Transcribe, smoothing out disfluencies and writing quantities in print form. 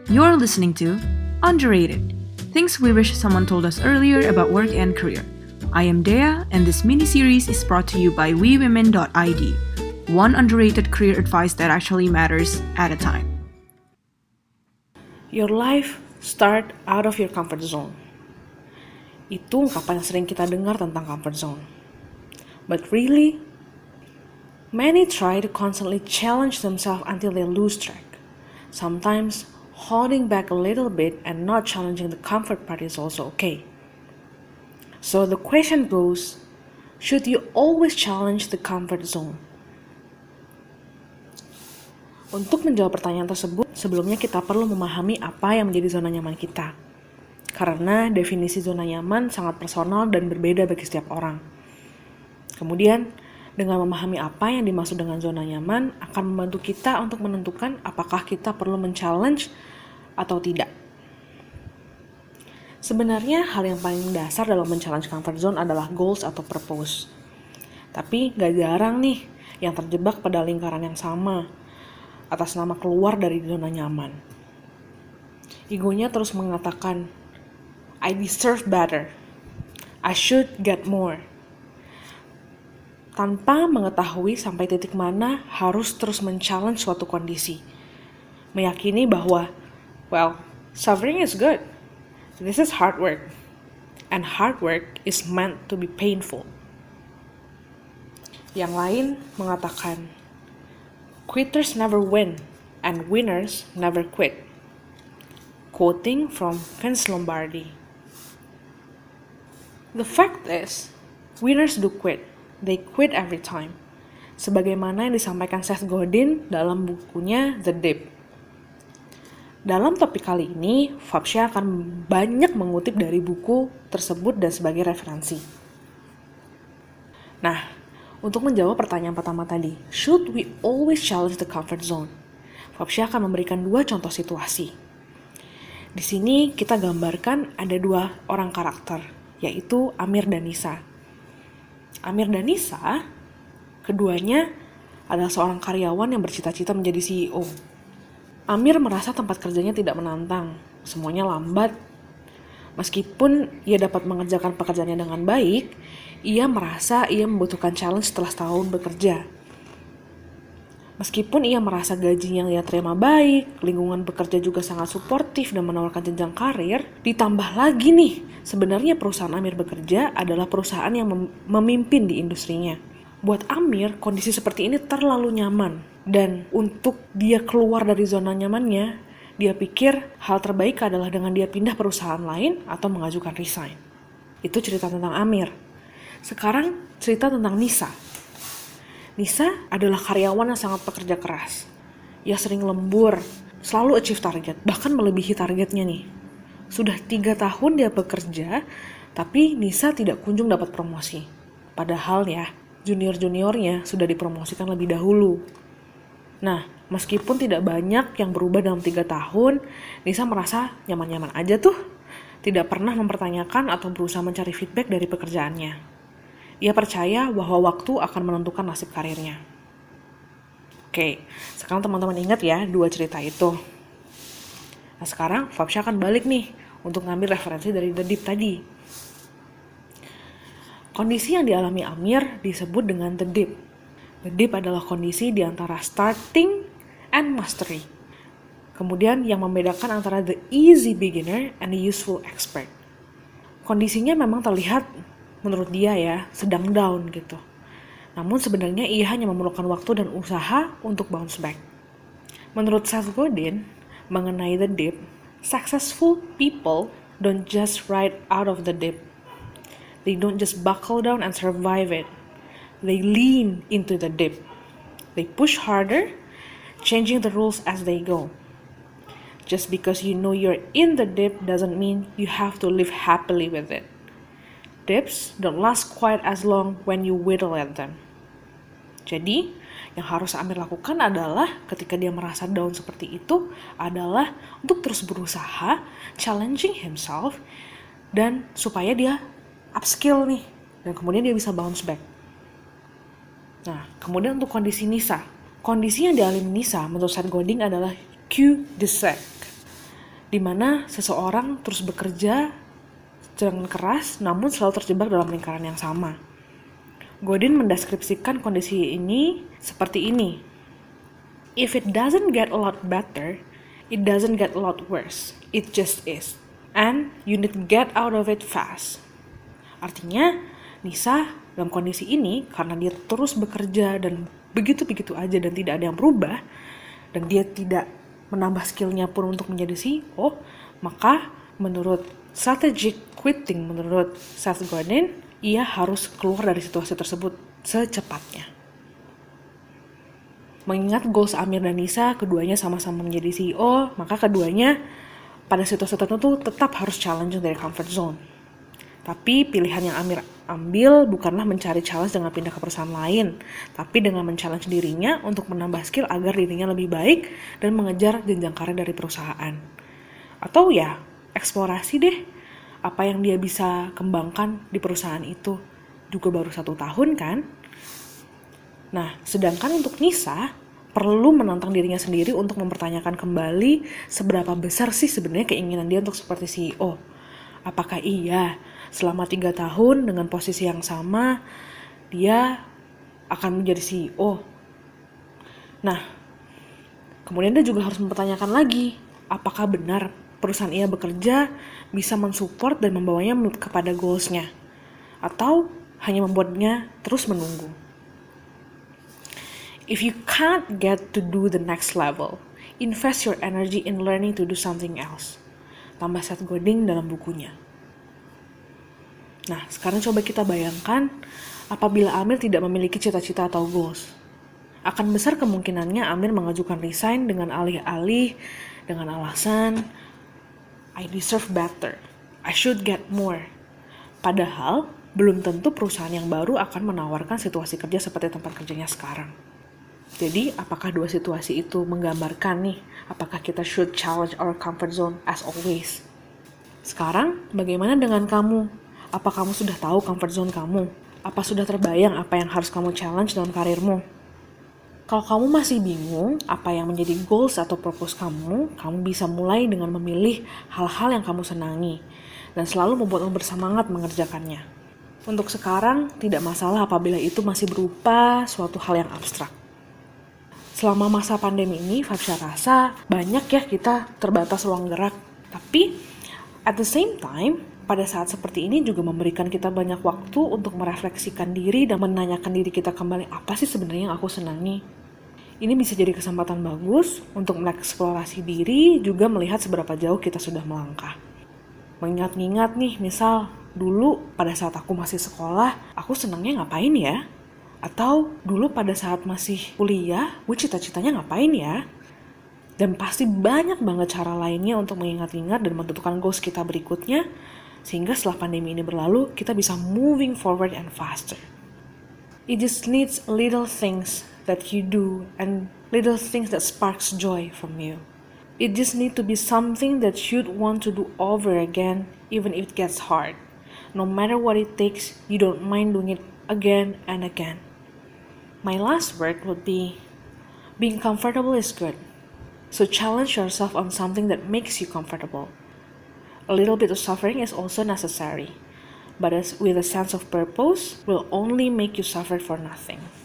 You're listening to Underrated, things we wish someone told us earlier about work and career. I am Dea, and this mini-series is brought to you by WeWomen.id, one underrated career advice that actually matters at a time. Your life start out of your comfort zone. Itu ungkapan yang sering kita dengar tentang comfort zone. But really, many try to constantly challenge themselves until they lose track. Sometimes, holding back a little bit and not challenging the comfort part is also okay. So the question goes, should you always challenge the comfort zone? Untuk menjawab pertanyaan tersebut, sebelumnya kita perlu memahami apa yang menjadi zona nyaman kita. Karena definisi zona nyaman sangat personal dan berbeda bagi setiap orang. Kemudian, dengan memahami apa yang dimaksud dengan zona nyaman akan membantu kita untuk menentukan apakah kita perlu men-challenge atau tidak. Sebenarnya hal yang paling dasar dalam men-challenge comfort zone adalah goals atau purpose. Tapi gak jarang nih yang terjebak pada lingkaran yang sama atas nama keluar dari zona nyaman. Egonya terus mengatakan, I deserve better, I should get more. Tanpa mengetahui sampai titik mana harus terus men-challenge suatu kondisi. Meyakini bahwa, well, suffering is good. This is hard work. And hard work is meant to be painful. Yang lain mengatakan, quitters never win, and winners never quit. Quoting from Vince Lombardi. The fact is, winners do quit. They quit every time. Sebagaimana yang disampaikan Seth Godin dalam bukunya The Dip. Dalam topik kali ini, Fabsha akan banyak mengutip dari buku tersebut dan sebagai referensi. Nah, untuk menjawab pertanyaan pertama tadi, should we always challenge the comfort zone? Fabsha akan memberikan 2 contoh situasi. Di sini kita gambarkan ada 2 orang karakter, yaitu Amir dan Nisa. Amir dan Nisa, keduanya adalah seorang karyawan yang bercita-cita menjadi CEO. Amir merasa tempat kerjanya tidak menantang, semuanya lambat. Meskipun ia dapat mengerjakan pekerjaannya dengan baik, ia merasa ia membutuhkan challenge setelah setahun bekerja. Meskipun ia merasa gaji yang ia terima baik, lingkungan bekerja juga sangat suportif dan menawarkan jenjang karir, ditambah lagi nih, sebenarnya perusahaan Amir bekerja adalah perusahaan yang memimpin di industrinya. Buat Amir, kondisi seperti ini terlalu nyaman. Dan untuk dia keluar dari zona nyamannya, dia pikir hal terbaik adalah dengan dia pindah perusahaan lain atau mengajukan resign. Itu cerita tentang Amir. Sekarang cerita tentang Nisa. Nisa adalah karyawan yang sangat pekerja keras. Ia sering lembur, selalu achieve target, bahkan melebihi targetnya nih. Sudah 3 tahun dia bekerja, tapi Nisa tidak kunjung dapat promosi. Padahal ya, junior-juniornya sudah dipromosikan lebih dahulu. Nah, meskipun tidak banyak yang berubah dalam 3 tahun, Nisa merasa nyaman-nyaman aja tuh. Tidak pernah mempertanyakan atau berusaha mencari feedback dari pekerjaannya. Ia percaya bahwa waktu akan menentukan nasib karirnya. Oke, sekarang teman-teman ingat ya 2 cerita itu. Nah sekarang Fabsha akan balik nih untuk ngambil referensi dari The Dip tadi. Kondisi yang dialami Amir disebut dengan The Dip. The Dip adalah kondisi di antara starting and mastery. Kemudian yang membedakan antara the easy beginner and the useful expert. Kondisinya memang terlihat menurut dia ya sedang down gitu. Namun sebenarnya ia hanya memerlukan waktu dan usaha untuk bounce back. Menurut Seth Godin mengenai The Dip, successful people don't just ride out of the dip. They don't just buckle down and survive it. They lean into the dip. They push harder, changing the rules as they go. Just because you know you're in the dip doesn't mean you have to live happily with it. Dips don't last quite as long when you whittle at them. Jadi, yang harus Amir lakukan adalah ketika dia merasa down seperti itu adalah untuk terus berusaha, challenging himself, dan supaya dia upskill nih, dan kemudian dia bisa bounce back. Nah, kemudian untuk kondisi Nisa. Kondisi yang dialami Nisa menurut Seth Godin adalah cul-de-sac. Dimana seseorang terus bekerja dengan keras namun selalu terjebak dalam lingkaran yang sama. Godin mendeskripsikan kondisi ini seperti ini. If it doesn't get a lot better, it doesn't get a lot worse. It just is. And you need to get out of it fast. Artinya, Nisa dalam kondisi ini karena dia terus bekerja dan begitu-begitu aja dan tidak ada yang berubah, dan dia tidak menambah skillnya pun untuk menjadi CEO, maka menurut strategic quitting, menurut Seth Godin, ia harus keluar dari situasi tersebut secepatnya. Mengingat goals Amir dan Nisa, keduanya sama-sama menjadi CEO, maka keduanya pada situasi tertentu tetap harus challenge dari comfort zone. Tapi pilihan yang Amir ambil bukanlah mencari challenge dengan pindah ke perusahaan lain, tapi dengan men-challenge dirinya untuk menambah skill agar dirinya lebih baik dan mengejar jenjang karir dari perusahaan. Atau ya, eksplorasi deh apa yang dia bisa kembangkan di perusahaan itu. Juga baru 1 tahun kan? Nah, sedangkan untuk Nisa perlu menantang dirinya sendiri untuk mempertanyakan kembali seberapa besar sih sebenarnya keinginan dia untuk seperti CEO. Apakah iya selama 3 tahun dengan posisi yang sama dia akan menjadi CEO? Nah, kemudian dia juga harus mempertanyakan lagi, apakah benar perusahaan ia bekerja bisa mensupport dan membawanya kepada goals-nya, atau hanya membuatnya terus menunggu. If you can't get to do the next level, invest your energy in learning to do something else. Tambah Seth Godin dalam bukunya. Nah, sekarang coba kita bayangkan apabila Amir tidak memiliki cita-cita atau goals. Akan besar kemungkinannya Amir mengajukan resign dengan alih-alih dengan alasan I deserve better, I should get more. Padahal belum tentu perusahaan yang baru akan menawarkan situasi kerja seperti tempat kerjanya sekarang. Jadi, apakah dua situasi itu menggambarkan nih, apakah kita should challenge our comfort zone as always? Sekarang, bagaimana dengan kamu? Apa kamu sudah tahu comfort zone kamu? Apa sudah terbayang apa yang harus kamu challenge dalam karirmu? Kalau kamu masih bingung apa yang menjadi goals atau purpose kamu bisa mulai dengan memilih hal-hal yang kamu senangi dan selalu membuatmu bersemangat mengerjakannya. Untuk sekarang, tidak masalah apabila itu masih berupa suatu hal yang abstrak. Selama masa pandemi ini, Fabsya rasa banyak ya kita terbatas ruang gerak. Tapi, at the same time, pada saat seperti ini juga memberikan kita banyak waktu untuk merefleksikan diri dan menanyakan diri kita kembali, apa sih sebenarnya yang aku senangi? Ini bisa jadi kesempatan bagus untuk mengeksplorasi diri, juga melihat seberapa jauh kita sudah melangkah. Mengingat-ingat nih, misal dulu pada saat aku masih sekolah, aku senangnya ngapain ya? Atau dulu pada saat masih kuliah, gue cita-citanya ngapain ya? Dan pasti banyak banget cara lainnya untuk mengingat-ingat dan menentukan goals kita berikutnya, sehingga setelah pandemi ini berlalu, kita bisa moving forward and faster. It just needs little things that you do and little things that sparks joy from you. It just needs to be something that you'd want to do over again, even if it gets hard. No matter what it takes, you don't mind doing it again and again. My last word would be, being comfortable is good. So challenge yourself on something that makes you comfortable. A little bit of suffering is also necessary, but with a sense of purpose will only make you suffer for nothing.